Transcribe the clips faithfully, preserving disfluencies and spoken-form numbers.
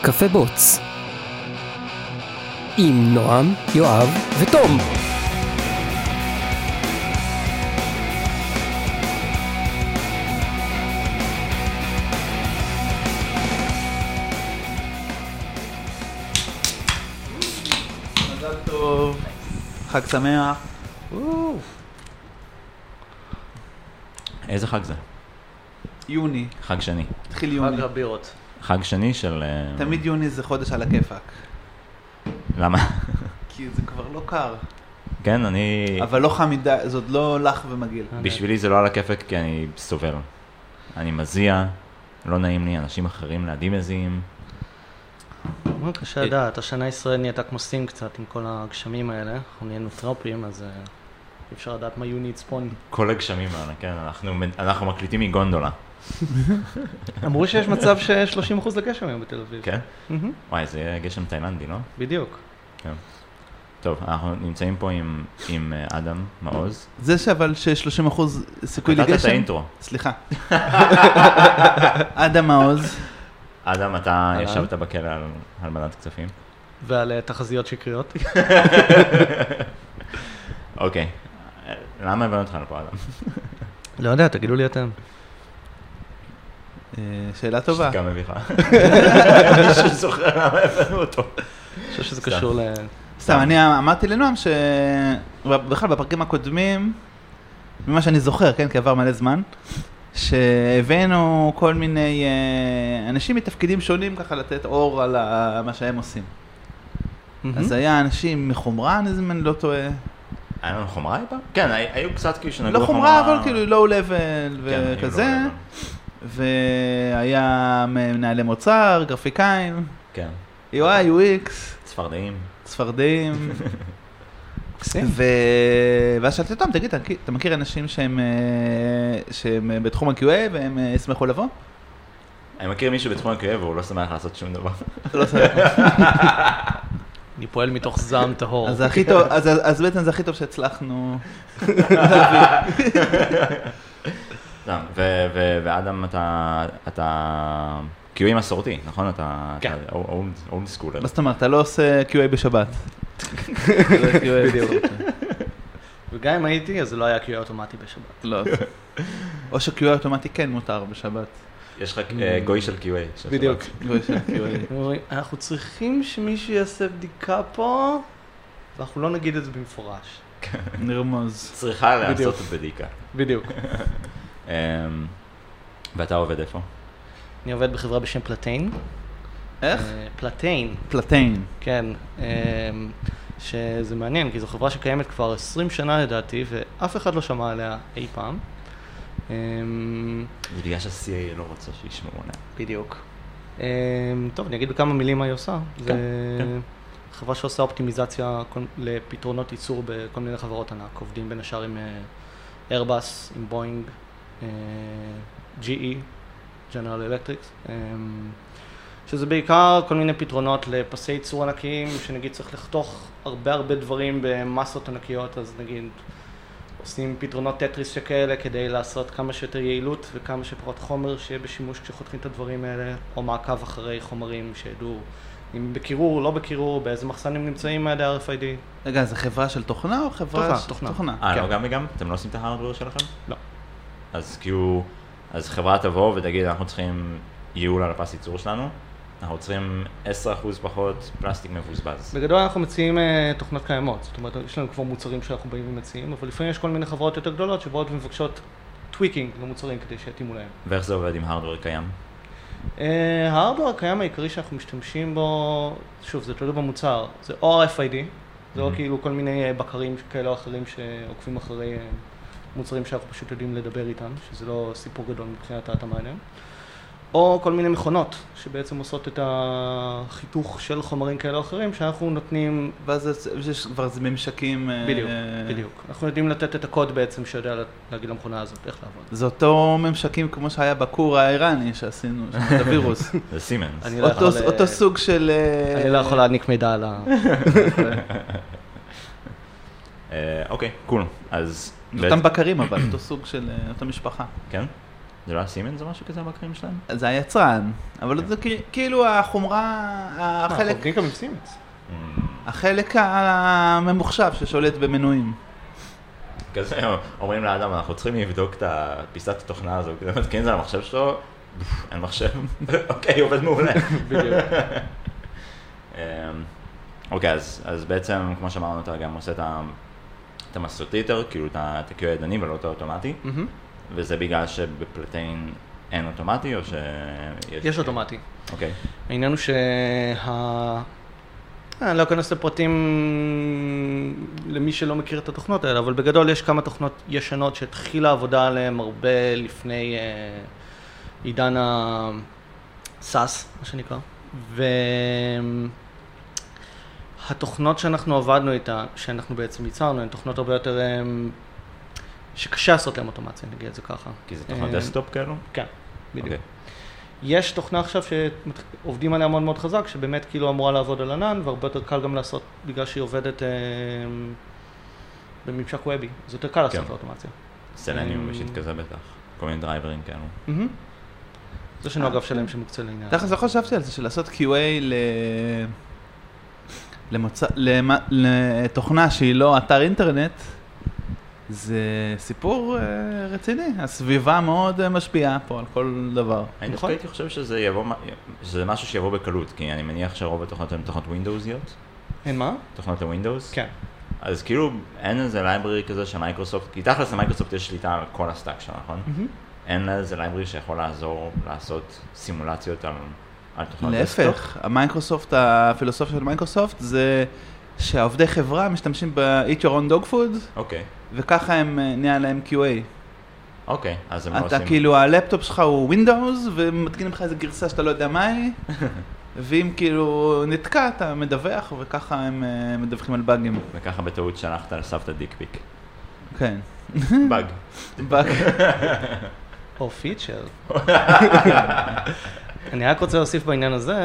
קפה בוץ עם נועם, יואב ותום. מזל טוב, חג שמח. איזה חג זה? יוני, חג שני. התחיל יוני. חג הבירות. חג שני של... תמיד יוני זה חודש על הכיפק. למה? כי זה כבר לא קר. כן, אני... אבל לא חם מדי, זה עוד לא לח ומגעיל. בשבילי זה לא על הכיפק כי אני סובל. אני מזיע, לא נעים לי, אנשים אחרים לידי מזיעים. מאוד קשה לדעת, השנה ישראל נהייתה כמו סין קצת עם כל הגשמים האלה, אנחנו נהיינו טרופים, אז אי אפשר לדעת מה יוני יצפון. כל הגשמים האלה, כן, אנחנו, אנחנו מקליטים מגונדולה. אמרו שיש מצב ש-שלושים אחוז לגשם היום בתל אביב. כן? וואי, זה יהיה גשם תאילנדי, לא? בדיוק. כן. טוב, אנחנו נמצאים פה עם, עם אדם מעוז. זה שאבל ש-שלושים אחוז סיכוי לגשם? קטעת את האינטרו. סליחה. אדם מעוז. אדם, אתה ישבת בכלא על הלבנת כספים. ועל תחזיות שקריות. אוקיי. למה הבאנו אותך לפה, אדם? לא יודע, תגידו לי אתם. שאלה טובה. שגם מביכה. מישהו זוכר למה הבאנו אותו. אני חושב שזה קשור ל... סתם, אני אמרתי לנועם שבכלל בפרקים הקודמים, ממה שאני זוכר, כן, כי עבר מלא זמן, שהבאנו כל מיני אנשים מתפקידים שונים ככה לתת אור על מה שהם עושים. אז היה אנשים מחומרה, אם אני לא טועה. היה לנו חומרה אי פעם? כן, היו קצת כאילו שנגעו לא חומרה, אבל כאילו לואו לבל וכזה. והיה מנהלי מוצר, גרפיקאים. כן. יו איי, יו אקס. צפרדעים. צפרדעים. ואז שאלתי אותם, תגיד, אתה מכיר אנשים שהם בתחום ה-קיו איי והם ישמחו לבוא? אני מכיר מישהו בתחום ה-קיו איי והוא לא שמח לעשות שום דבר. לא שמח. אני פועל מתוך זעם טהור. אז בעצם זה הכי טוב שהצלחנו. ואדם, אתה קיו איי מסורתי, נכון? אתה אולד סקולר. מה זאת אומרת, אתה לא עושה קיו איי בשבת. וגם אם הייתי, אז זה לא היה קיו איי אוטומטי בשבת. לא. או ש-קיו איי אוטומטי כן מותר בשבת. יש לך גוי של קיו איי. בדיוק, גוי של קיו איי. אנחנו צריכים שמישהו יעשה בדיקה פה, ואנחנו לא נגיד את זה במפורש. נרמוז. צריכה לעשות את בדיקה. בדיוק. ואתה עובד איפה? אני עובד בחברה בשם פלטיין. איך? פלטיין. פלטיין. כן. שזה מעניין, כי זו חברה שקיימת כבר עשרים שנה לדעתי, ואף אחד לא שמע עליה אי פעם. זה בגלל שה-סי איי לא רוצה שישמעו עליה. בדיוק. טוב, אני אגיד בכמה מילים מה היא עושה. זה חברה שעושה אופטימיזציה לפתרונות ייצור בכל מיני חברות ענק. עובדים בין השאר עם איירבאס, עם בוינג, ג'י איי, ג'נרל אלקטריקס, שזה בעיקר כל מיני פתרונות לפסי ייצור ענקיים, שנגיד צריך לחתוך הרבה הרבה דברים במסות ענקיות, אז נגיד עושים פתרונות טטריס שכאלה כדי לעשות כמה שיותר יעילות וכמה שפחות חומר שיהיה בשימוש כשחותכים את הדברים האלה, או מעקב אחרי חומרים שידעו אם בקירור, לא בקירור, באיזה מחסן הם נמצאים מהדי אר אף איי די. רגע, זה חברה של תוכנה או חברה? תוכנה, תוכנה. אה, לא גם וגם? אתם לא עושים את ההארדוור שלכם? לא. אז כאילו, אז חברה תבוא ותגיד, אנחנו צריכים ייעול על הפס ייצור שלנו, אנחנו צריכים עשרה אחוז פחות פלסטיק מבוזבז. בגדול אנחנו מציעים תוכנות קיימות, זאת אומרת, יש לנו כבר מוצרים שאנחנו באים ומציעים, אבל לפעמים יש כל מיני חברות יותר גדולות שבאות ומבקשות טוויקינג למוצרים כדי שיתאימו להם. ואיך זה עובד עם הארדוור קיים? ההארדוור הקיים העיקרי שאנחנו משתמשים בו, שוב, זה תלוי במוצר, זה או אר אף איי די, זה או כאילו כל מיני בקרים כאלה או אחרים שעוקבים אחרי מוצרים שאנחנו פשוט יודעים לדבר איתם, שזה לא סיפור גדול מבחינת ההתאמה אליהם, או כל מיני מכונות שבעצם עושות את החיתוך של חומרים כאלה או אחרים שאנחנו נותנים... ואז יש כבר ממשקים... בדיוק, בדיוק. אנחנו יודעים לתת את הקוד בעצם שיודע להגיד למכונה הזאת איך לעבוד. זה אותו ממשקים כמו שהיה בכור האיראני שעשינו, את הווירוס. זה סימנס. אותו סוג של... אני לא יכול להעניק מידע על ה... אוקיי, קול. אז... אותם בקרים אבל, אותו סוג של אותה משפחה. כן? זה לא היה סימנס או משהו כזה בקרים שלהם? זה היצרן, אבל זה כאילו החומרה, החלק... אנחנו עובדים גם עם סימנס. החלק הממוחשב ששולט במנועים. כזה, אומרים לאדם, אנחנו צריכים לבדוק את פיסת התוכנה הזו, כדי מתקין את זה למחשב שלו, אין מחשב, אוקיי, עובד מעולה. בדיוק. אוקיי, אז בעצם, כמו שאמרנו, אתה גם עושה את המסורתי יותר, כאילו את ה-קיו איי הידני ולא את האוטומטי, וזה בגלל שבפלטיין אין אוטומטי, או ש... יש אוטומטי. אוקיי. העניין הוא שה... אני לא אכנס לפרטים למי שלא מכיר את התוכנות האלה, אבל בגדול יש כמה תוכנות ישנות שהתחילה עבודה עליהן הרבה לפני עידן ה-סאס, מה שנקרא. והתוכנות שאנחנו עבדנו איתן, שאנחנו בעצם ייצרנו, הן תוכנות הרבה יותר שקשה לעשות להן אוטומציה, נגיד את זה ככה. כי זה תוכנות דסקטופ כאלו? כן, בדיוק. יש תוכנה עכשיו שעובדים עליה מאוד מאוד חזק, שבאמת כאילו אמורה לעבוד על ענן, והרבה יותר קל גם לעשות, בגלל שהיא עובדת אה, בממשק וובי. זה יותר קל לעשות לאוטומציה. סלניום ושיט כזה בטח, כל מיני דרייברים כאלו. זה שנו אגב שלם שמוקצה לעניין. תכף לא חשבתי על זה, של לעשות קיו איי לתוכנה שהיא לא אתר אינטרנט, זה סיפור רציני, הסביבה מאוד משפיעה פה על כל דבר. אני דווקא הייתי חושב שזה יבוא, שזה משהו שיבוא בקלות, כי אני מניח שרוב התוכנות הן תוכנות ווינדאוזיות. אין מה? תוכנות לווינדאוז? כן. אז כאילו אין איזה לייברי כזה של מייקרוסופט, כי תכלס למייקרוסופט יש שליטה על כל הסטאק שלה, נכון? אין איזה לייברי שיכול לעזור לעשות סימולציות על תוכנות דסקטופ? להפך, המייקרוסופט, הפילוסופיה של מייקרוסופט זה שהעובדי חברה משתמשים ב-Eat Your Own Dog Food. אוקיי. וככה הם נהיה להם קיו איי. אוקיי, אז הם לא עושים... אתה כאילו, הלפטופ שלך הוא Windows, ומתקינים לך איזו גרסה שאתה לא יודע מה היא, ואם כאילו נתקע, אתה מדווח, וככה הם מדווחים על באגים. וככה בטעות שלחת לסבתא דיק פיק. כן. באג. באג. או פיצ'ר. אני רק רוצה להוסיף בעניין הזה,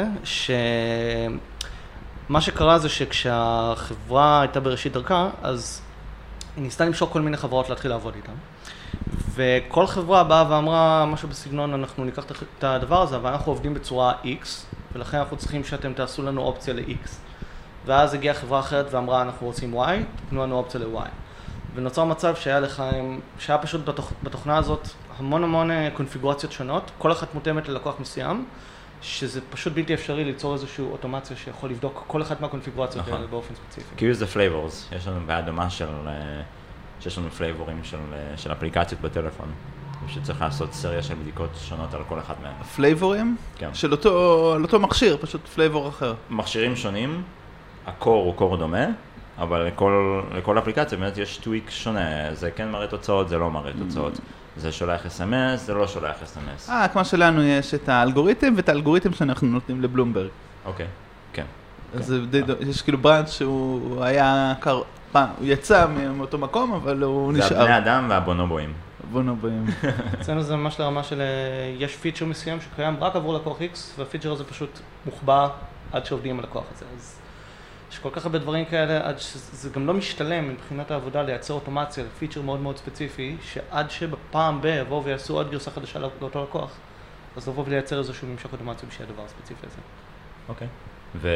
שמה שקרה זה שכשהחברה הייתה בראשית דרכה, אז היא ניסתה למשוך כל מיני חברות להתחיל לעבוד איתן. וכל חברה באה ואמרה משהו בסגנון, אנחנו ניקח את הדבר הזה, אבל אנחנו עובדים בצורה X, ולכן אנחנו צריכים שאתם תעשו לנו אופציה ל-X. ואז הגיעה חברה אחרת ואמרה, אנחנו רוצים Y, תנו לנו אופציה ל-Y. ונוצר מצב שהיה לך, שהיה פשוט בתוכ... בתוכנה הזאת המון המון קונפיגורציות שונות, כל אחת מותאמת ללקוח מסוים, שזה פשוט בלתי אפשרי ליצור איזושהי אוטומציה שיכול לבדוק כל אחת מהקונפיגורציות האלה באופן ספציפי. כאילו זה פלייבורס, יש לנו בעיה דומה של, שיש לנו פלייבורים של, של אפליקציות בטלפון, שצריך לעשות סריה של בדיקות שונות על כל אחד מהם. פלייבורים? כן. של אותו, על אותו מכשיר, פשוט פלייבור אחר. מכשירים שונים, הקור הוא קור דומה, אבל לכל, לכל אפליקציה באמת יש טוויק שונה, זה כן מראה תוצאות, זה לא מראה תוצאות. זה שולח אס אם אס, זה לא שולח אס אם אס. אה, כמו שלנו יש את האלגוריתם, ואת האלגוריתם שאנחנו נותנים לבלומברג. אוקיי, כן. אז יש כאילו ברנץ' שהוא היה, הוא יצא מאותו מקום, אבל הוא נשאר. זה הבני אדם והבונובואים. בונובואים. אצלנו זה ממש לרמה של, יש פיצ'ר מסוים שקיים רק עבור לקוח X, והפיצ'ר הזה פשוט מוחבא עד שעובדים עם הלקוח הזה. אז יש כל כך הרבה דברים כאלה, עד שזה גם לא משתלם מבחינת העבודה לייצר אוטומציה לפיצ'ר מאוד מאוד ספציפי, שעד שבפעם ב יבואו ויעשו עוד גרסה חדשה לאותו לקוח, אז לבוא ולייצר איזשהו ממשק אוטומציה בשביל הדבר הספציפי הזה. אוקיי. ו...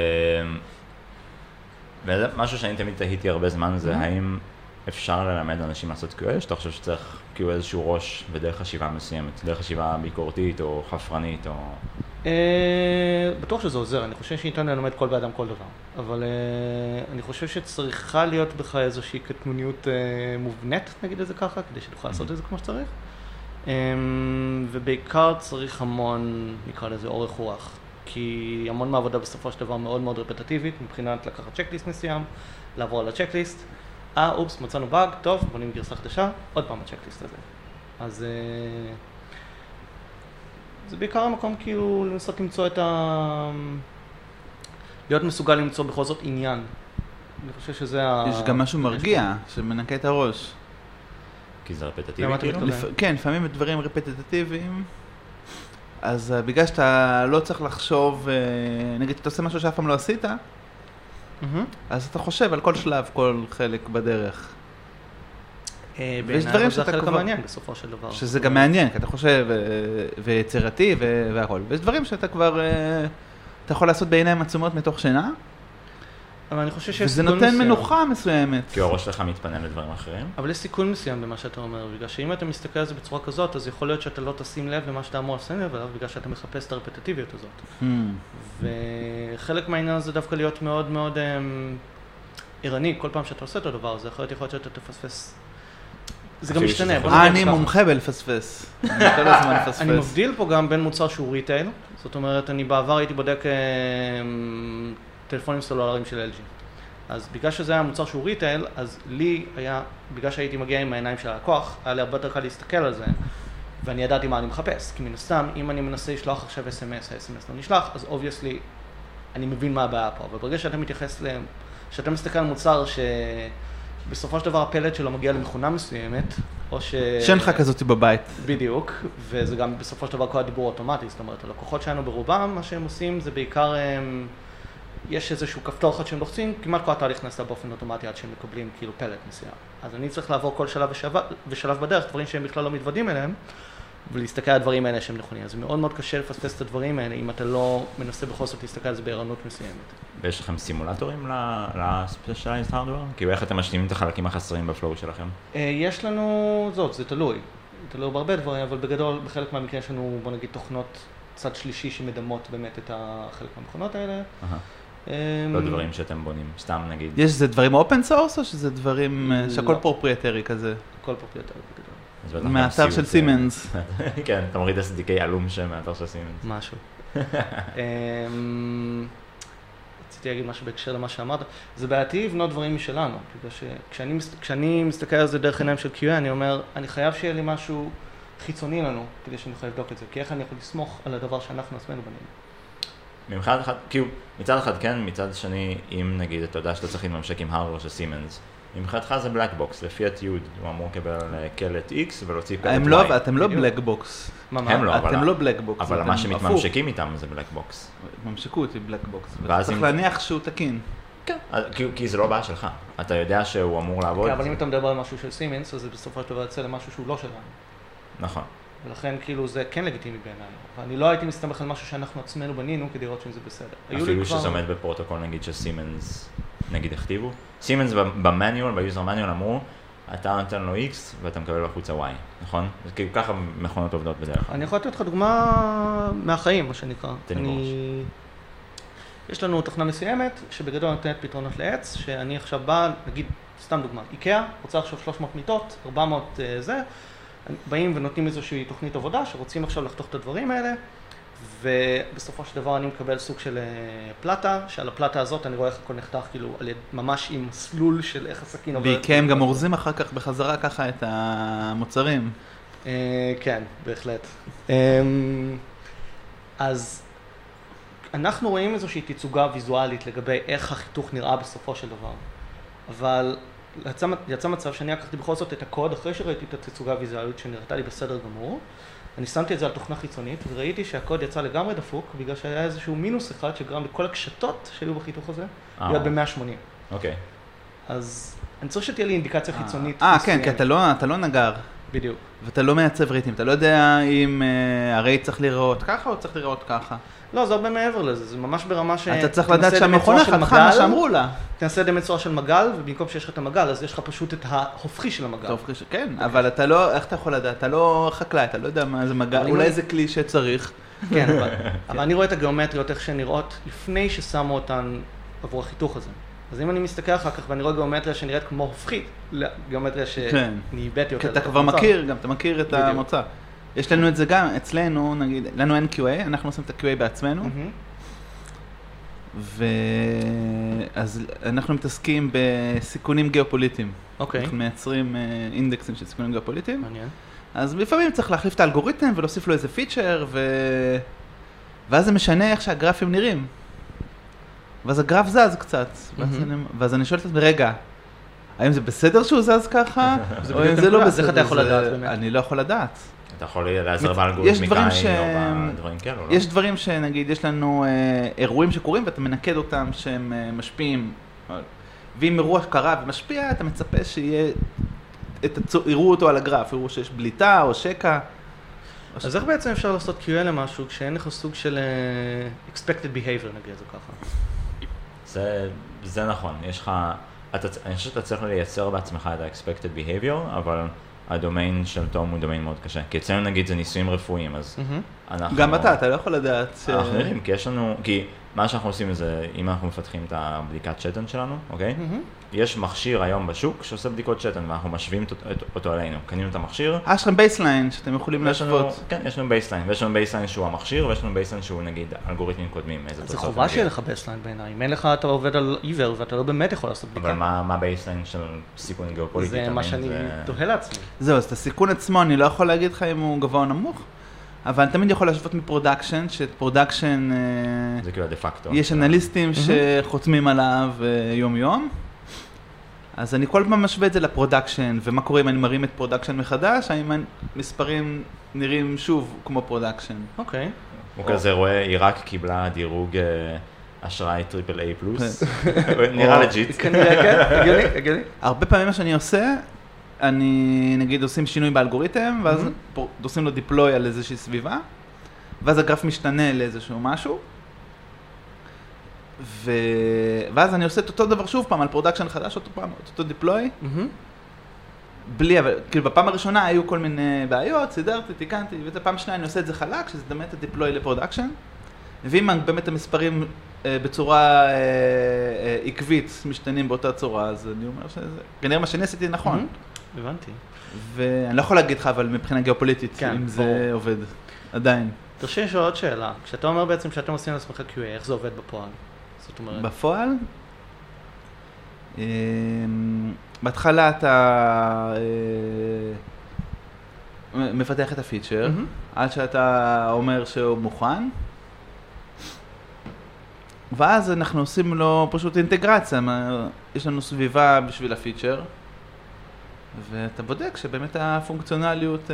ומשהו שאני תמיד תהיתי הרבה זמן זה האם אפשר ללמד אנשים לעשות קיו איי, שאתה חושב שצריך כאילו איזשהו ראש בדרך חשיבה מסוימת, דרך חשיבה ביקורתית או חפרנית או... בטוח שזה עוזר, אני חושב שניתן ללמד כל באדם כל דבר, אבל אני חושב שצריכה להיות בך איזושהי קטנוניות מובנית, נגיד את זה ככה, כדי שתוכל לעשות את זה כמו שצריך, ובעיקר צריך המון, נקרא לזה אורך רוח, כי המון מהעבודה בסופו של דבר מאוד מאוד רפטטיבית, מבחינת לקחת צ'קליסט מסוים, לעבור על הצ'קליסט, אה, אופס, מצאנו באג, טוב, בונים גרסה חדשה, עוד פעם הצ'קליסט הזה. אז זה בעיקר המקום כאילו לנסות למצוא את ה... להיות מסוגל למצוא בכל זאת עניין. אני חושב שזה ה... יש גם משהו מרגיע, שמנקה את הראש. כי זה רפטטיבי כאילו? כן, לפעמים דברים רפטטיביים, אז בגלל שאתה לא צריך לחשוב, נגיד, אתה עושה משהו שאף פעם לא עשית, אז אתה חושב על כל שלב, כל חלק בדרך. ויש דברים זה שאתה החלק כבר... המעניין בסופו של דבר. שזה גם מעניין, כי אתה חושב ויצירתי והכל. ויש דברים שאתה כבר, אתה יכול לעשות בעיניים עצומות מתוך שינה, אבל אני חושב שיש וזה סיכון נותן מסוים. מנוחה מסוימת. כי הראש שלך מתפנה לדברים אחרים. אבל יש סיכון מסוים במה שאתה אומר, בגלל שאם אתה מסתכל על זה בצורה כזאת, אז יכול להיות שאתה לא תשים לב למה שאתה אמור לשים לב עליו, בגלל שאתה מחפש את הרפטטיביות הזאת. Hmm. וחלק מהעניין הזה דווקא להיות מאוד מאוד אמ, ערני, כל פעם שאתה עושה את הדבר הזה, אחרת יכול להיות שאתה תפספס. זה גם אפילו משתנה. שזה בוא יכול נגיד אני ככה. מומחה בלפספס. אני כל הזמן מפספס. אני מבדיל פה גם בין מוצר שהוא ריטייל, זאת אומרת, אני בעבר הייתי בודק אמ, טלפונים סלולריים של אל ג'י. אז בגלל שזה היה מוצר שהוא ריטייל, אז לי היה, בגלל שהייתי מגיע עם העיניים של הלקוח, היה לי הרבה יותר קל להסתכל על זה, ואני ידעתי מה אני מחפש. כי מן הסתם, אם אני מנסה לשלוח עכשיו אס אם אס, ה-אס אם אס לא נשלח, אז obviously אני מבין מה הבעיה פה. אבל ברגע שאתה מתייחס ל... שאתה מסתכל על מוצר שבסופו של דבר הפלט שלו מגיע למכונה מסוימת, או ש... שאין לך כזאת בבית. בדיוק, וזה גם בסופו של דבר כל הדיבור אוטומטי, זאת אומרת, הלקוחות שלנו ברובם, מה שהם עושים זה בעיקר... הם... יש איזשהו כפתור אחד שהם לוחצים, כמעט כל התהליך נעשה באופן אוטומטי עד שהם מקבלים כאילו פלט מסוים. אז אני צריך לעבור כל שלב ושלב, ושלב בדרך, דברים שהם בכלל לא מתוודעים אליהם, ולהסתכל על הדברים האלה שהם נכונים. אז זה מאוד מאוד קשה לפספס את הדברים האלה, אם אתה לא מנסה בכל זאת להסתכל על זה בערנות מסוימת. ויש לכם סימולטורים ל-Specialized Hardware? כאילו איך אתם משלימים את החלקים החסרים בפלואו שלכם? יש לנו, זאת, זה תלוי. תלוי בהרבה דברים, אבל בגדול, בחלק מהמקרה יש לנו, בוא נגיד, תוכנות צד שלישי שמדמות באמת את החלק מהמכונות האלה. לא דברים שאתם בונים, סתם נגיד. יש זה דברים אופן סורס או שזה דברים שהכל פרופריטרי כזה? הכל פרופריטרי בגדול. מהאתר של סימנס. כן, אתה מוריד אס די קיי עלום שם מהאתר של סימנס. משהו. רציתי להגיד משהו בהקשר למה שאמרת. זה בעייתי לבנות דברים משלנו, בגלל שכשאני מסתכל על זה דרך עיניים של קיו איי, אני אומר, אני חייב שיהיה לי משהו חיצוני לנו, כדי שאני יכול לבדוק את זה, כי איך אני יכול לסמוך על הדבר שאנחנו עצמנו בנינו. ממחד אחד, כאילו, מצד אחד כן, מצד שני, אם נגיד, אתה יודע שאתה צריך להתממשק עם הארדוור של סימנס, מבחינתך זה בלק בוקס, לפי התיעוד, הוא אמור לקבל קלט X ולהוציא קלט Y. אתם לא בלק בוקס. הם לא, אתם לא בלק בוקס. אבל מה שמתממשקים איתם זה בלק בוקס. התממשקות היא בלק בוקס. צריך להניח שהוא תקין. כן. כי זה לא בעיה שלך. אתה יודע שהוא אמור לעבוד. אבל אם אתה מדבר על משהו של סימנס, אז זה בסופו של דבר יצא למשהו שהוא לא שלנו. נכון. ולכן כאילו זה כן לגיטימי בעינינו. ואני לא הייתי מסתמך על משהו שאנחנו עצמנו בנינו כדי לראות שאם זה בסדר. אפילו שזה עומד בפרוטוקול נגיד של סימנס, נגיד הכתיבו. סימנס במניול, ביוזר מניול אמרו, אתה נותן לו X ואתה מקבל בחוצה Y, נכון? זה כאילו ככה מכונות עובדות בדרך. אני יכול לתת לך דוגמה מהחיים, מה שנקרא. תן לי בראש. יש לנו תוכנה מסוימת שבגדול נותנת פתרונות לעץ, שאני עכשיו בא, נגיד, סתם דוגמה, איקאה, רוצה עכשיו שלוש מאות מיטות, ארבע מאות זה, באים ונותנים איזושהי תוכנית עבודה שרוצים עכשיו לחתוך את הדברים האלה, ובסופו של דבר אני מקבל סוג של פלטה, שעל הפלטה הזאת אני רואה איך הכל נחתך, כאילו, ממש עם מסלול של איך הסכין עובד. וכי הם גם אורזים אחר כך בחזרה ככה את המוצרים. כן, בהחלט. אז אנחנו רואים איזושהי תצוגה ויזואלית לגבי איך החיתוך נראה בסופו של דבר, אבל יצא, יצא מצב שאני לקחתי בכל זאת את הקוד, אחרי שראיתי את התצוגה הוויזואלית שנראתה לי בסדר גמור, אני שמתי את זה על תוכנה חיצונית, וראיתי שהקוד יצא לגמרי דפוק, בגלל שהיה איזשהו מינוס אחד שגרם לכל הקשתות שהיו בחיתוך הזה, להיות ב-מאה ושמונים. אוקיי. אז אני צריך שתהיה לי אינדיקציה חיצונית. אה, כן, כי אתה לא, אתה לא נגר. בדיוק. ואתה לא מייצב ריתים, אתה לא יודע אם הרי צריך לראות ככה או צריך לראות ככה. לא, זה הרבה מעבר לזה, זה ממש ברמה ש... אתה צריך לדעת שהמכונה חתכה מה שאמרו לה. תנסה את בצורה של מגל, ובמקום שיש לך את המגל, אז יש לך פשוט את ההופכי של המגל. כן, אבל אתה לא, איך אתה יכול לדעת? אתה לא חקלאי, אתה לא יודע מה זה מגל, אולי זה כלי שצריך. כן, אבל אני רואה את הגיאומטריות, איך שהן נראות, לפני ששמו אותן עבור החיתוך הזה. אז אם אני מסתכל אחר כך ואני רואה גיאומטריה שנראית כמו הופכית, גיאומטריה שניבאתי יותר. כי אתה כבר מכיר, גם אתה מכיר את המוצא. יש לנו את זה גם, אצלנו, נגיד, לנו אין קיו איי, אנחנו עושים את ה-קיו איי בעצמנו. ואז אנחנו מתעסקים בסיכונים גיאופוליטיים. אוקיי. אנחנו מייצרים אינדקסים של סיכונים גיאופוליטיים. מעניין. אז לפעמים צריך להחליף את האלגוריתם ולהוסיף לו איזה פיצ'ר, ו... ואז זה משנה איך שהגרפים נראים. ואז הגרף זז קצת. ואז, אני... ואז אני שואלת את רגע, האם זה בסדר שהוא זז ככה? או אם זה לא בסדר? איך אתה יכול לדעת באמת? אני לא יכול לדעת. אתה יכול לעזר באלגוריתמיקאים או בדברים כאלו, לא? יש דברים שנגיד, יש לנו אירועים שקורים ואתה מנקד אותם שהם משפיעים. ואם אירוע קרה ומשפיע, אתה מצפה שיהיה את הצור, יראו אותו על הגרף, יראו שיש בליטה או שקע. אז איך בעצם אפשר לעשות קיו איי למשהו כשאין לך סוג של uh, expected behavior נגיד זה ככה? זה, זה נכון, יש לך, אתה, אני חושב שאתה צריך לייצר בעצמך את ה-expected behavior, אבל הדומיין של תום הוא דומיין מאוד קשה. כי אצלנו נגיד זה ניסויים רפואיים, אז Mm-hmm. אנחנו... גם אתה, אתה לא יכול לדעת ש... אנחנו נראים, כי יש לנו, כי מה שאנחנו עושים זה, אם אנחנו מפתחים את הבדיקת שתן שלנו, אוקיי? Mm-hmm. יש מכשיר היום בשוק שעושה בדיקות שתן, ואנחנו משווים אותו, אותו עלינו. קנינו את המכשיר. אה, יש לכם בייסליין שאתם יכולים ויש לנו- להשוות. כן, יש לנו בייסליין, ויש לנו בייסליין שהוא המכשיר, ויש לנו בייסליין שהוא נגיד אלגוריתמים קודמים, איזה זה תוצאות חובה נגיד. שיהיה לך בסליין בעיניי, אם אין לך אתה עובד על עיוור ואתה לא באמת יכול לעשות בדיקה. אבל מה, מה בייסליין של סיכון גיאופוליטי? זה אתה מה מבין? שאני זה- תוהה לעצמי. זהו, אז את הסיכון עצמו אני לא יכול להגיד לך אם הוא גבוה או נמוך, אבל אני תמיד יכול להשוות מפרודקשן, שפרודקשן, אה, זה כאילו הדה פקטו. יש אנליסטים שחותמים עליו אה, יום יום, אז אני כל פעם משווה את זה לפרודקשן, ומה קורה אם אני מרים את פרודקשן מחדש, האם המספרים נראים שוב כמו פרודקשן. אוקיי. הוא כזה רואה, עיראק קיבלה דירוג אה, אשראי טריפל איי פלוס. נראה לג'יט. כנראה כן, הגיוני, הגיוני. הרבה פעמים מה שאני עושה, אני נגיד עושים שינוי באלגוריתם, ואז פה- עושים לו דיפלוי על איזושהי סביבה, ואז הגרף משתנה לאיזשהו משהו, ו... ואז אני עושה את אותו דבר שוב פעם על פרודקשן חדש, אותו פעם, את אותו דיפלוי, מהמם. בלי, אבל כאילו בפעם הראשונה היו כל מיני בעיות, סידרתי, תיקנתי, ואת הפעם שנייה אני עושה את זה חלק, שזה באמת הדיפלוי לפרודקשן, ואם באמת המספרים אה, בצורה אה, אה, עקבית משתנים באותה צורה, אז אני אומר שזה, כנראה מה שאני עשיתי נכון. מהמם. הבנתי. ואני לא יכול להגיד לך, אבל מבחינה גיאופוליטית, כן, אם זה ברור. עובד, עדיין. תרשי לשאול עוד שאלה, כשאתה אומר בעצם שאתם עושים לעצמך קיו איי, איך זה עובד בפועל? זאת אומרת, בפועל, אמ, בהתחלה אתה אה, מפתח את הפיצ'ר, מהמם. עד שאתה אומר שהוא מוכן, ואז אנחנו עושים לו פשוט אינטגרציה, מה- יש לנו סביבה בשביל הפיצ'ר, ואתה בודק שבאמת הפונקציונליות, אה,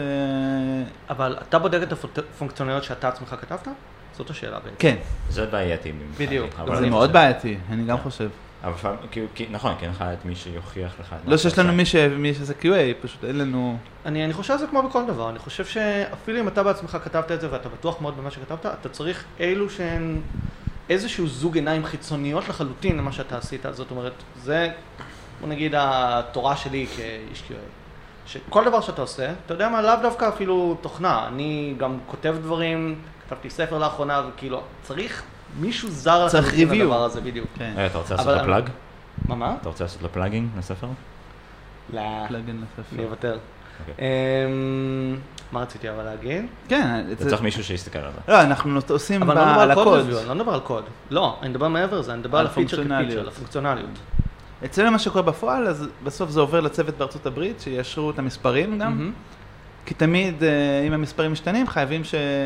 אבל אתה בודק את הפונקציונליות שאתה עצמך כתבת? זאת השאלה בעצם. כן, זה בעייתי במיוחד. בדיוק. אבל זה אני מאוד חושב- בעייתי, אני גם חושב. אבל לפעמים, כאילו, כי- נכון, כי אין לך את מי שיוכיח לך את מה לא שיש שאתה לנו עושה. מי ש- מי שעושה קיו איי, פשוט אין לנו... אני, אני חושב שזה כמו בכל דבר, אני חושב שאפילו אם אתה בעצמך כתבת את זה ואתה בטוח מאוד במה שכתבת, אתה צריך אילו שהן איזשהו זוג עיניים חיצוניות לחלוטין למה שאתה עשית, זאת אומרת, זה, בוא נגיד, התורה שלי כאיש קיו איי. שכל דבר שאתה עושה, אתה יודע מה, לאו דווקא אפילו תוכנה, אני גם כותב דברים, כתבתי ספר לאחרונה, וכאילו, צריך מישהו זר צריך לחלוטין review. לדבר הזה, בדיוק. כן, רגע, אתה רוצה לעשות אבל לו אני- פלאג? מה, מה? אתה רוצה לעשות לו פלאגינג לספר? לא, פלאגין אני לספר. אוותר. אוקיי. אמ, מה רציתי אבל להגיד? כן, אתה זה- צריך מישהו שיסתכל על זה. לא, אנחנו עושים אבל ב- אני לא מדבר על על קוד הקוד. review, אני לא מדבר על קוד. לא, אני מדבר מעבר לזה, אני מדבר על על הפיצ'ר כפיצ'ר, פונקציונליות. על הפונקציונליות. אצלנו מה שקורה בפועל, אז בסוף זה עובר לצוות בארצות הברית, שיאשרו את המספרים גם, מהמם. כי תמיד אה, אם המספרים משתנים, חייבים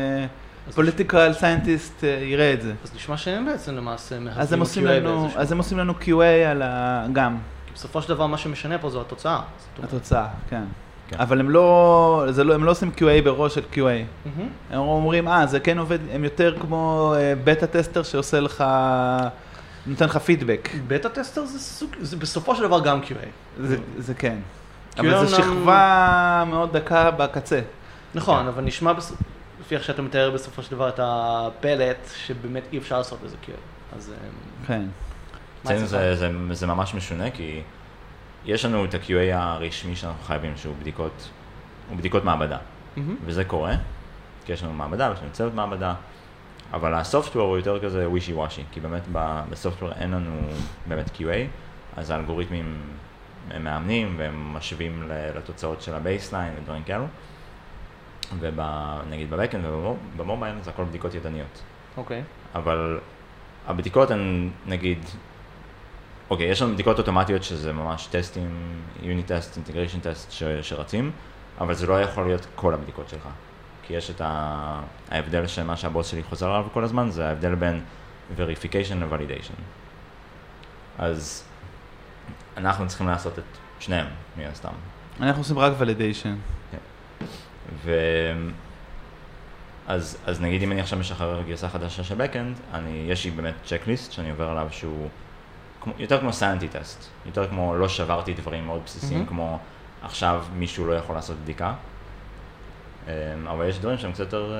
שפוליטיקל סיינטיסט יראה את זה. אז נשמע שהם בעצם למעשה אז הם מהווים עושים קיו איי לנו, באיזשהו... אז הם עושים לנו קיו איי על ה... גם, כי בסופו של דבר מה שמשנה פה זו התוצאה. זאת אומרת, התוצאה, כן. כן. אבל הם לא, זה לא, הם לא עושים קיו איי בראש של קיו איי. מהמם. הם אומרים, אה, זה כן עובד, הם יותר כמו בטה טסטר שעושה לך, נותן לך פידבק. בטה טסטר זה סוג, זה בסופו של דבר גם קיו איי. זה, זה כן. קיו איי אבל זו אומנם- שכבה מאוד דקה בקצה. נכון, אבל נשמע בס- לפי איך שאתה מתאר בסופו של דבר את הפלט, שבאמת אי אפשר לעשות לזה קיו איי. אז אמ, כן. מה אצלנו אצלך? זה, זה, זה ממש משונה, כי יש לנו את ה-קיו איי הרשמי שאנחנו חייבים, שהוא בדיקות, הוא בדיקות מעבדה. מהמם. וזה קורה, כי יש לנו מעבדה, יש לנו צוות מעבדה, אבל הסופטוור הוא יותר כזה ווישי וושי, כי באמת ב- בסופטוור אין לנו באמת קיו איי, אז האלגוריתמים הם מאמנים והם משווים ל- לתוצאות של הבייסליין ודברים כאלו, ונגיד בבקאנד ובמובייל זה הכל בדיקות ידניות. אוקיי. אבל הבדיקות הן, נגיד, אוקיי, יש לנו בדיקות אוטומטיות שזה ממש טסטים, יוניט טסט, אינטגריישן טסט שרצים, אבל זה לא יכול להיות כל הבדיקות שלך. כי יש את ה... ההבדל של מה שהבוס שלי חוזר עליו כל הזמן, זה ההבדל בין verification ו-validation. אז אנחנו צריכים לעשות את שניהם, מן הסתם. אנחנו עושים רק ולידיישן. ו... אז, אז נגיד אם אני עכשיו משחרר גרסה חדשה של בקאנד, אני, יש לי באמת צ'קליסט שאני עובר עליו שהוא כמו, יותר כמו סנטי טסט, יותר כמו לא שברתי דברים מאוד בסיסיים, Mm-hmm. כמו עכשיו מישהו לא יכול לעשות בדיקה. אבל יש דברים שהם קצת יותר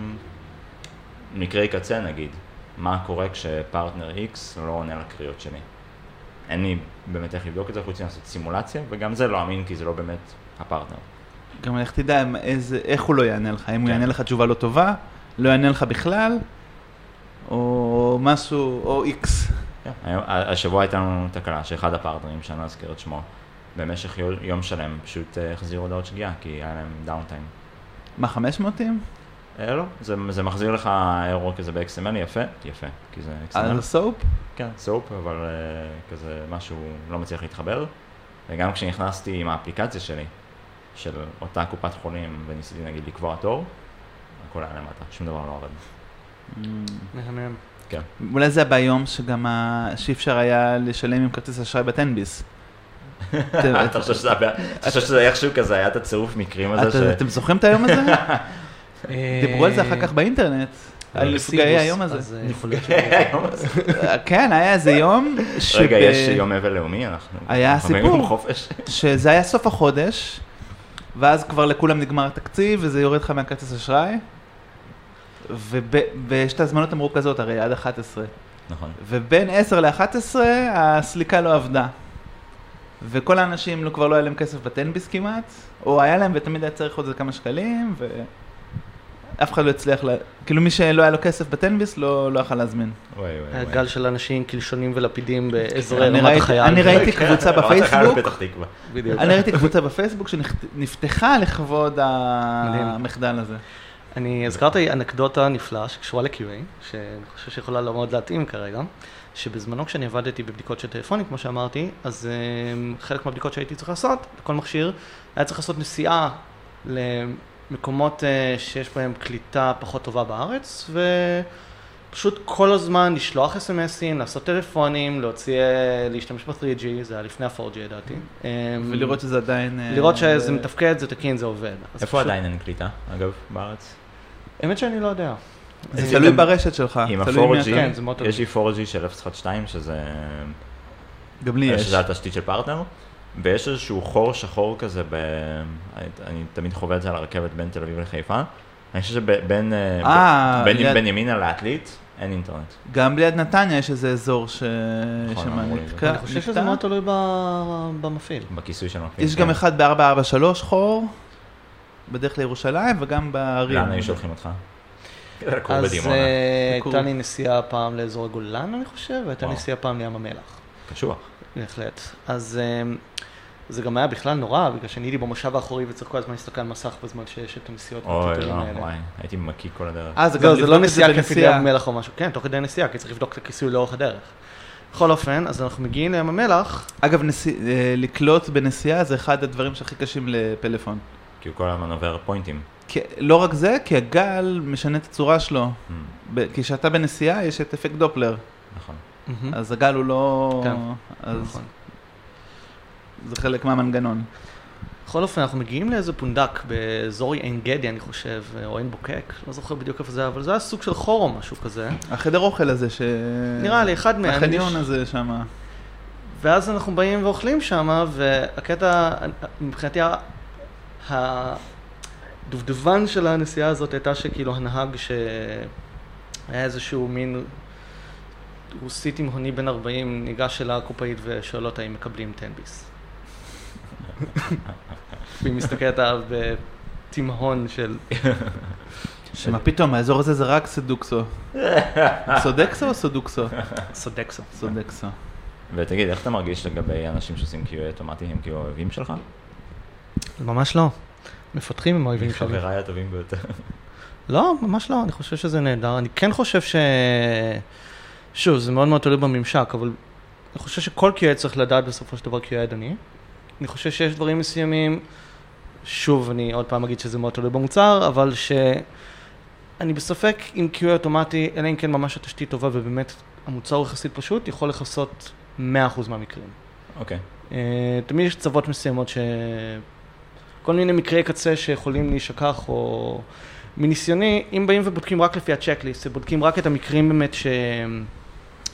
מקרי קצה נגיד. מה קורה כשפרטנר X לא עונה לקריאות שלי. אין לי באמת איך לבדוק את זה, חוץ לעשות סימולציה, וגם זה לא אמין כי זה לא באמת הפרטנר. גם איך תדע איזה, איך הוא לא יענה לך, אם הוא יענה לך תשובה לא טובה, לא יענה לך בכלל, או משהו, או X. השבוע הייתה לנו תקלה שאחד הפרטנרים, שאני לא אזכיר את שמו, במשך יום שלם פשוט החזיר הודעות שגיאה, כי היה להם דאונטיים. מה, חמש מאות? לא, זה, זה מחזיר לך אירור כזה ב-אקס אם אל יפה, יפה, כי זה אקס אם אל. על סופ? כן, סופ, אבל uh, כזה משהו לא מצליח להתחבר. וגם כשנכנסתי עם האפליקציה שלי, של אותה קופת חולים, וניסיתי נגיד לקבוע תור, הכל היה למטה, שום דבר לא עובד. מהמם. כן. אולי זה ביום שגם שאי אפשר היה לשלם עם כרטיס אשראי בטנביס. אתה חושב שזה איכשהו כזה, היה את הצירוף מקרים הזה ש... אתם זוכרים את היום הזה? דיברו על זה אחר כך באינטרנט, על נפגעי היום הזה. כן, היה איזה יום ש... רגע, יש יום אבל לאומי, אנחנו... היה סיפור, שזה היה סוף החודש, ואז כבר לכולם נגמר התקציב, וזה יורד לך מהכרטיס אשראי, ויש את הזמנות המרוכזות, הרי עד אחת עשרה. נכון. ובין עשר ל-אחת עשרה, הסליקה לא עבדה. וכל האנשים לא, כבר לא היה להם כסף בטנביס כמעט, או היה להם ותמיד היה צריך עוד איזה כמה שקלים, ואף אחד לא הצליח, לה... כאילו מי שלא היה לו כסף בטנביס לא, לא יכל להזמין. וואי וואי וואי. גל של אנשים קלשונים ולפידים באזורי רמת החייל. אני ראיתי קבוצה בפייסבוק, בדיוק. אני ראיתי קבוצה בפייסבוק שנפתחה לכבוד המחדל הזה. אני הזכרתי אנקדוטה נפלאה שקשורה ל-קיו איי, שאני חושב שיכולה מאוד להתאים כרגע. שבזמנו כשאני עבדתי בבדיקות של טלפונים, כמו שאמרתי, אז um, חלק מהבדיקות שהייתי צריך לעשות, בכל מכשיר, היה צריך לעשות נסיעה למקומות uh, שיש בהם קליטה פחות טובה בארץ, ופשוט כל הזמן לשלוח אס אם אסים, לעשות טלפונים, להוציא, להשתמש ב-תרי ג'י, זה היה לפני ה-פור ג'י ידעתי. ולראות שזה עדיין... לראות שזה מתפקד, זה תקין, זה עובד. איפה עדיין אין קליטה, אגב, בארץ? האמת שאני לא יודע. זה תלוי ברשת שלך. עם ה-פור ג'י, יש לי פור ג'י של אפס אחת שתיים, שזה... גם לי יש. שזה התשתית של פרטנר, ויש איזשהו חור שחור כזה, אני תמיד חווה את זה על הרכבת בין תל אביב לחיפה, אני חושב שבין ימינה לעתלית, אין אינטרנט. גם ליד נתניה יש איזה אזור ש... אני חושב שזה מאוד תלוי במפעיל. בכיסוי של המפעיל. יש גם אחד ב-ארבע ארבע שלוש חור, בדרך לירושלים, וגם בערים. לאן היו שולחים אותך? אז הייתה לי נסיעה פעם לאזור הגולן, אני חושב, והייתה נסיעה פעם לים המלח. קשוח. בהחלט. אז זה גם היה בכלל נורא, בגלל שאני הייתי במושב האחורי וצריך כל הזמן להסתכל על מסך בזמן שיש את הנסיעות. אוי, לא, וואי, הייתי מקיא כל הדרך. אה, זה לא נסיעה כיפית לים המלח או משהו. כן, תוך כדי נסיעה, כי צריך לבדוק את הכיסוי לאורך הדרך. בכל אופן, אז אנחנו מגיעים לים המלח. אגב, לקלוט בנסיעה זה אחד הדברים שהכי קשים לפלאפון. כי הוא כל הזמן עובר פוינטים. לא רק זה, כי הגל משנה את הצורה שלו. כי כשאתה בנסיעה יש את אפקט דופלר. נכון. אז הגל הוא לא... כן, נכון. זה חלק מהמנגנון. בכל אופן, אנחנו מגיעים לאיזה פונדק באזור עין גדי, אני חושב, או עין בוקק, לא זוכר בדיוק איפה זה, אבל זה היה סוג של חור או משהו כזה. החדר אוכל הזה ש... נראה לי, אחד מהם. החניון הזה שם. ואז אנחנו באים ואוכלים שם, והקטע, מבחינתי, הדובדבן של הנסיעה הזאת הייתה שכאילו הנהג שהיה איזשהו מין רוסי תימהוני בן ארבעים, ניגש אל הקופאית ושואל אותה אם מקבלים טנביס. והיא מסתכלת עליו בתימהון של... שמה פתאום, האזור הזה זה רק סדוקסו. סודקסו או סודוקסו? סודקסו. סודקסו. ותגיד, איך אתה מרגיש לגבי אנשים שעושים קיו איי אוטומטי, הם כאילו אוהבים שלך? ממש לא. מפתחים עם האויבים שלי. חבריי הטובים ביותר. לא, ממש לא. אני חושב שזה נהדר. אני כן חושב ש... שוב, זה מאוד מאוד תלוי בממשק, אבל אני חושב שכל קיו איי צריך לדעת בסופו של דבר קיו איי אדוני. אני חושב שיש דברים מסוימים, שוב, אני עוד פעם אגיד שזה מאוד תלוי במוצר, אבל שאני בספק עם קיו איי אוטומטי, אלא אם כן ממש התשתית טובה, ובאמת המוצר הוא יחסית פשוט, יכול לחסות מאה אחוז מהמקרים. אוקיי. תמיד יש צוות מסוימות ש... כל מיני מקרי קצה שיכולים להישכח, או מניסיוני, אם באים ובודקים רק לפי הצ'קליסט, בודקים רק את המקרים באמת ש...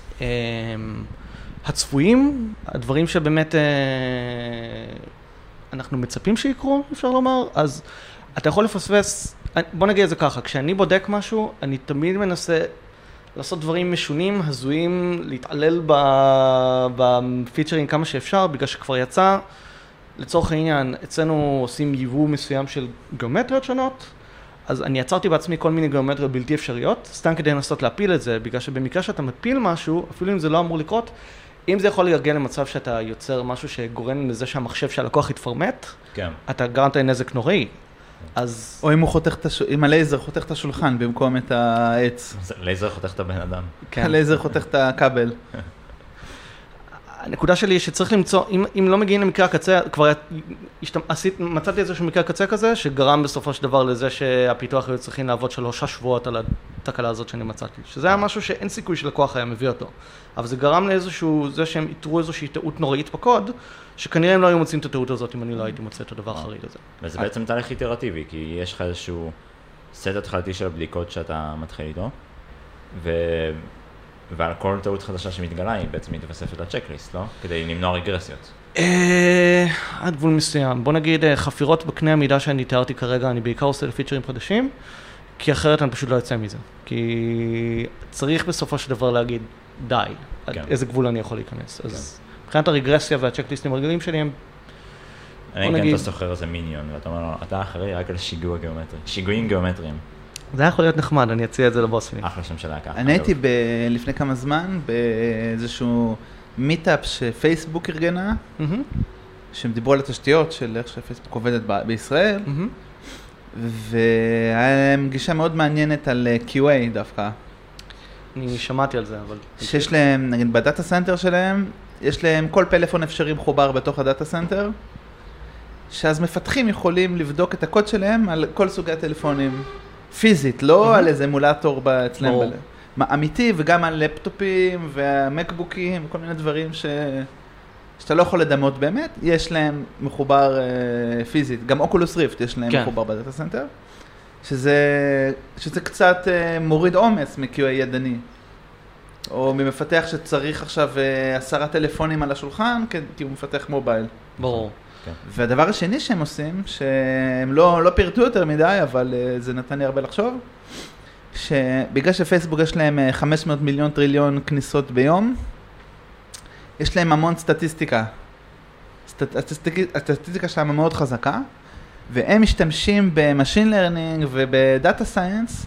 הצפויים, הדברים שבאמת שאנחנו מצפים שיקרו, אפשר לומר, אז אתה יכול לפספס, בוא נגיד את זה ככה, כשאני בודק משהו, אני תמיד מנסה לעשות דברים משונים, הזויים, להתעלל בפיצ'רים כמה שאפשר, בגלל שכבר יצא, לצורך העניין, אצלנו עושים ייבוא מסוים של גיאומטריות שונות, אז אני יצרתי בעצמי כל מיני גיאומטריות בלתי אפשריות, סתם כדי לנסות להפיל את זה, בגלל שבמקרה שאתה מפיל משהו, אפילו אם זה לא אמור לקרות, אם זה יכול להגיע למצב שאתה יוצר משהו שגורם לזה שהמחשב שהלקוח יתפרמט, כן. אתה גרמת לנזק נוראי. אז... או אם הוא חותך את הש... אם הלייזר חותך את השולחן במקום את העץ. לייזר חותך את הבן אדם. כן. הלייזר חותך את הכבל. הנקודה שלי היא שצריך למצוא, אם, אם לא מגיעים למקרה הקצה, כבר השת... עשית, מצאתי איזשהו מקרה הקצה כזה, שגרם בסופו של דבר לזה שהפיתוח היו צריכים לעבוד שלושה שבועות על התקלה הזאת שאני מצאתי. שזה היה משהו שאין סיכוי שלקוח היה מביא אותו. אבל זה גרם לאיזשהו, זה שהם יתרו איזושהי טעות נוראית בקוד, שכנראה הם לא היו מוצאים את הטעות הזאת אם אני לא הייתי מוצא את הדבר החריג הזה. וזה בעצם תהליך איטרטיבי, כי יש לך איזשהו סט התחלתי של הבדיקות שאתה מתחיל איתו, ו... ועל כל טעות חדשה שמתגלה היא בעצם מתווספת לצ'קליסט, לא? כדי למנוע רגרסיות. עד גבול מסוים. בוא נגיד, חפירות בקנה המידה שאני תיארתי כרגע, אני בעיקר עושה לפיצ'רים חדשים, כי אחרת אני פשוט לא יוצא מזה. כי צריך בסופו של דבר להגיד, די, עד איזה גבול אני יכול להיכנס. אז מבחינת הרגרסיה והצ'קליסטים הרגילים שלי הם... אני כן אתה סוחר איזה מיניון, ואתה אומר לו, אתה אחרי רק על שיגוע גיאומטרי, שיגועים גיאומטריים. זה יכול להיות נחמד, אני אציע את זה לבוס שלי. אחלה שם שלה ככה. אני הייתי לפני כמה זמן באיזשהו מיטאפ שפייסבוק ארגנה, שהם דיברו על התשתיות של איך שפייסבוק עובדת בישראל, והיה להם גישה מאוד מעניינת על קיו איי דווקא. אני שמעתי על זה, אבל... שיש להם, נגיד בדאטה סנטר שלהם, יש להם כל פלאפון אפשרי מחובר בתוך הדאטה סנטר, שאז מפתחים יכולים לבדוק את הקוד שלהם על כל סוגי הטלפונים. פיזית, לא על איזה אמולטור אצלם, אמיתי, וגם על לפטופים והמקבוקים, כל מיני דברים ש... שאתה לא יכול לדמות באמת, יש להם מחובר פיזית, גם אוקולוס ריפט יש להם מחובר בדאטה סנטר, שזה, שזה קצת מוריד אומץ מ-קיו איי ידני, או ממפתח שצריך עכשיו עשרה טלפונים על השולחן, כי הוא מפתח מובייל. ברור. והדבר השני שהם עושים, שהם לא, לא פירטו יותר מדי, אבל זה נתן לי הרבה לחשוב, שבגלל שפייסבוק יש להם חמש מאות מיליון טריליון כניסות ביום, יש להם המון סטטיסטיקה. סטט, הסטטיסטיקה שלהם מאוד חזקה, והם משתמשים במשין לרנינג ובדאטה סיינס,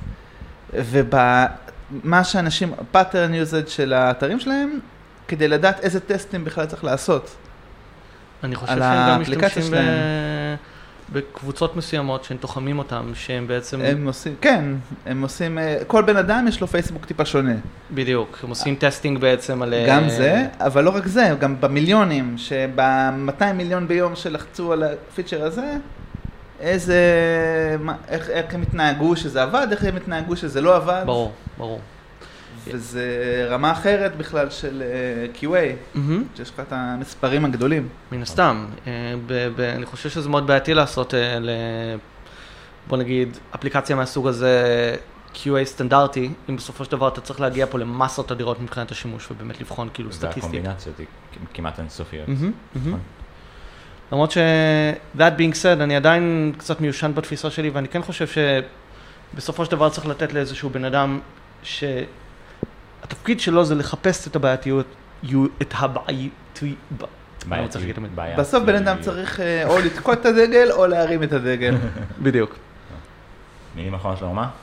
ובמה שאנשים, pattern usage של האתרים שלהם, כדי לדעת איזה טסטים בכלל צריך לעשות. אני חושב שהם גם משתמשים ב... בקבוצות מסוימות שהם תוחמים אותם, שהם בעצם... הם עושים, כן, הם עושים, כל בן אדם יש לו פייסבוק טיפה שונה. בדיוק, הם עושים טסטינג בעצם על... גם זה, אבל לא רק זה, גם במיליונים, שב-מאתיים מיליון ביום שלחצו על הפיצ'ר הזה, איזה, איך, איך הם התנהגו שזה עבד, איך הם התנהגו שזה לא עבד. ברור, ברור. וזה רמה אחרת בכלל של קיו איי, שיש לך את המספרים הגדולים. מן הסתם, אני חושב שזה מאוד בעייתי לעשות, בוא נגיד, אפליקציה מהסוג הזה, קיו איי סטנדרטי, אם בסופו של דבר אתה צריך להגיע פה למסות אדירות מבחינת השימוש, ובאמת לבחון כאילו סטטיסטים. והקומבינציות היא כמעט אינסופיות. למרות ש, that being said, אני עדיין קצת מיושן בתפיסה שלי, ואני כן חושב שבסופו של דבר צריך לתת לאיזשהו בן אדם ש... התפקיד שלו זה לחפש את הבעייתיות, את הבעייתיות. בסוף בן אדם צריך או לתקות את הדגל או להרים את הדגל. בדיוק. מילים אחרונות לא מה?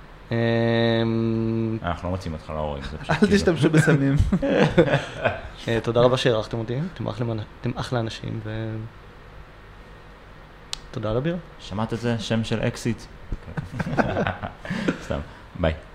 אנחנו לא מוצאים אותך להורים. אל תשתמשו בסמים. תודה רבה שהערכתם אותי, אתם אחלה אנשים. תודה על הבירה. שמעת את זה? שם של אקסיט? סתם, ביי.